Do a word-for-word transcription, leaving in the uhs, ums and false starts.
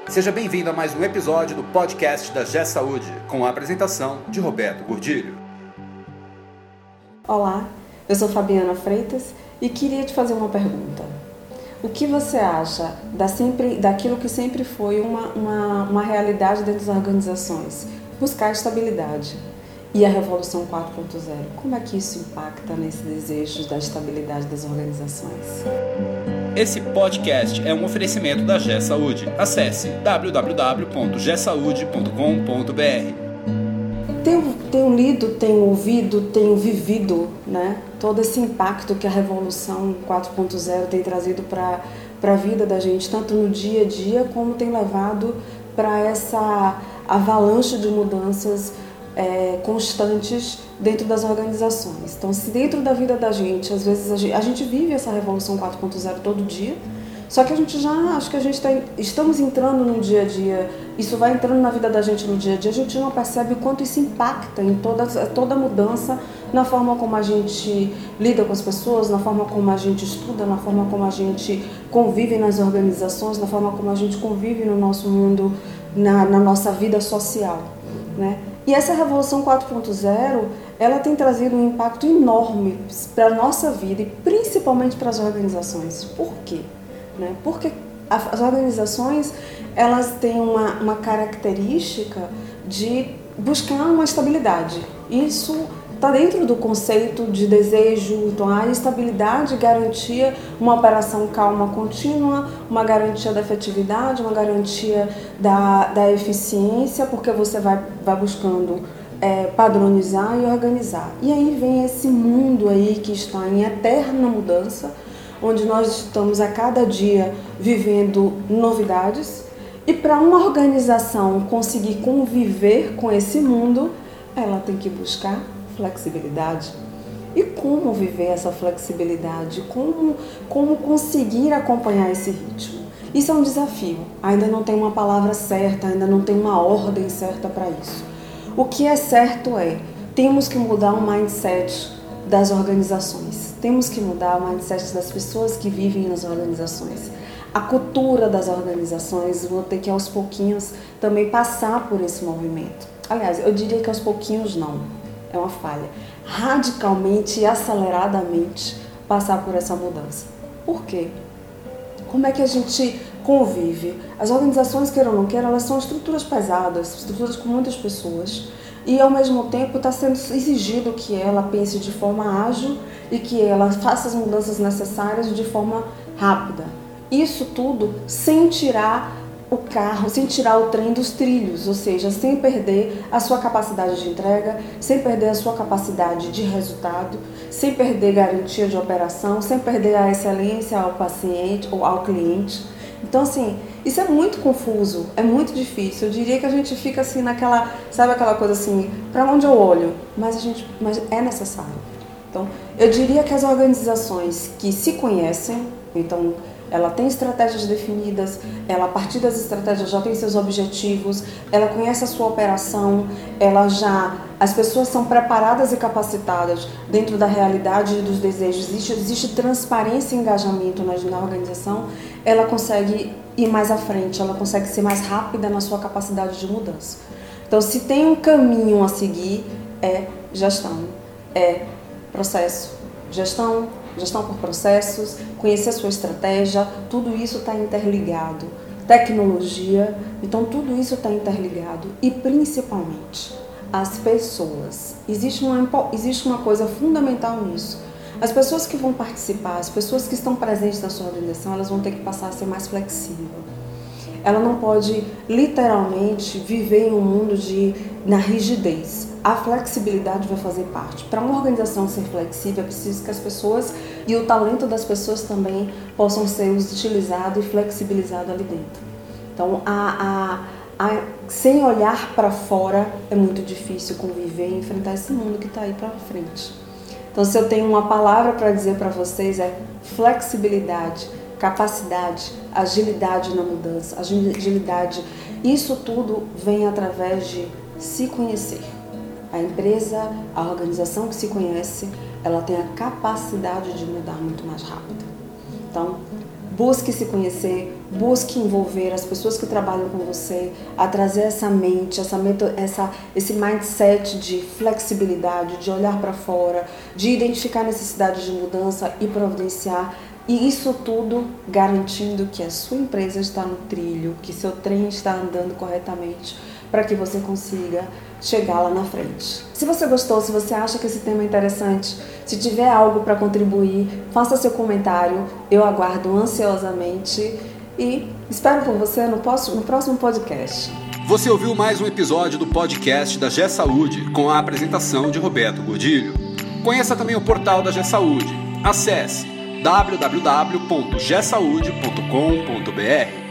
Seja bem-vindo a mais um episódio do podcast da G E Saúde, com a apresentação de Roberto Gordilho. Olá, eu sou Fabiana Freitas e queria te fazer uma pergunta. O que você acha da sempre, daquilo que sempre foi uma, uma, uma realidade dentro das organizações? Buscar estabilidade. E a Revolução quatro ponto zero, como é que isso impacta nesse desejo da estabilidade das organizações? Esse podcast é um oferecimento da G E Saúde. Acesse w w w ponto g saúde ponto com ponto b r. Tenho, tenho lido, tenho ouvido, tenho vivido, né, todo esse impacto que a Revolução quatro ponto zero tem trazido para a vida da gente, tanto no dia a dia, como tem levado para essa avalanche de mudanças É, constantes dentro das organizações. Então, se dentro da vida da gente, às vezes a gente, a gente vive essa Revolução quatro ponto zero todo dia, só que a gente já, acho que a gente tá, estamos entrando no dia a dia, isso vai entrando na vida da gente no dia a dia, a gente não percebe o quanto isso impacta em toda, toda mudança na forma como a gente lida com as pessoas, na forma como a gente estuda, na forma como a gente convive nas organizações, na forma como a gente convive no nosso mundo, na, na nossa vida social, né? E essa Revolução quatro ponto zero, ela tem trazido um impacto enorme para a nossa vida e principalmente para as organizações. Por quê? Né? Porque as organizações, elas têm uma, uma característica de buscar uma estabilidade. Isso está dentro do conceito de desejo, então a estabilidade garantia uma operação calma contínua, uma garantia da efetividade, uma garantia da, da eficiência, porque você vai, vai buscando é, padronizar e organizar. E aí vem esse mundo aí que está em eterna mudança, onde nós estamos a cada dia vivendo novidades, e para uma organização conseguir conviver com esse mundo, ela tem que buscar flexibilidade. E como viver essa flexibilidade? Como, como conseguir acompanhar esse ritmo? Isso é um desafio. Ainda não tem uma palavra certa, ainda não tem uma ordem certa para isso. O que é certo é, temos que mudar o mindset das organizações. Temos que mudar o mindset das pessoas que vivem nas organizações. A cultura das organizações, vou ter que aos pouquinhos também passar por esse movimento. Aliás, eu diria que aos pouquinhos não. É uma falha. Radicalmente e aceleradamente passar por essa mudança. Por quê? Como é que a gente convive? As organizações, queiram ou não queiram, elas são estruturas pesadas, estruturas com muitas pessoas. E ao mesmo tempo está sendo exigido que ela pense de forma ágil e que ela faça as mudanças necessárias de forma rápida. Isso tudo sem tirar o carro, sem tirar o trem dos trilhos, ou seja, sem perder a sua capacidade de entrega, sem perder a sua capacidade de resultado, sem perder garantia de operação, sem perder a excelência ao paciente ou ao cliente. Então, assim, isso é muito confuso, é muito difícil. Eu diria que a gente fica assim naquela, sabe aquela coisa assim, para onde eu olho? Mas a gente, mas é necessário. Então, eu diria que as organizações que se conhecem, então ela tem estratégias definidas, ela a partir das estratégias já tem seus objetivos, ela conhece a sua operação, ela já, as pessoas são preparadas e capacitadas dentro da realidade e dos desejos, existe, existe transparência e engajamento na, na organização, ela consegue ir mais à frente, ela consegue ser mais rápida na sua capacidade de mudança. Então, se tem um caminho a seguir, é gestão, é processo, gestão, gestão por processos, conhecer a sua estratégia, tudo isso está interligado. Tecnologia, então tudo isso está interligado. E principalmente, as pessoas. Existe uma, existe uma coisa fundamental nisso. As pessoas que vão participar, as pessoas que estão presentes na sua organização, elas vão ter que passar a ser mais flexíveis. Ela não pode, literalmente, viver em um mundo de, na rigidez. A flexibilidade vai fazer parte. Para uma organização ser flexível, é preciso que as pessoas e o talento das pessoas também possam ser utilizados e flexibilizados ali dentro. Então, a, a, a, sem olhar para fora, é muito difícil conviver e enfrentar esse mundo que está aí para frente. Então, se eu tenho uma palavra para dizer para vocês, é flexibilidade, capacidade, agilidade na mudança, agilidade. Isso tudo vem através de se conhecer. A empresa, a organização que se conhece, ela tem a capacidade de mudar muito mais rápido. Então, busque se conhecer, busque envolver as pessoas que trabalham com você, a trazer essa mente, essa, essa, esse mindset de flexibilidade, de olhar para fora, de identificar necessidades de mudança e providenciar. E isso tudo garantindo que a sua empresa está no trilho, que seu trem está andando corretamente, para que você consiga chegar lá na frente. Se você gostou, se você acha que esse tema é interessante, se tiver algo para contribuir, faça seu comentário, eu aguardo ansiosamente e espero por você no próximo podcast. Você ouviu mais um episódio do podcast da G Saúde, com a apresentação de Roberto Gordilho. Conheça também o portal da G Saúde. Acesse w w w ponto g saúde ponto com ponto b r.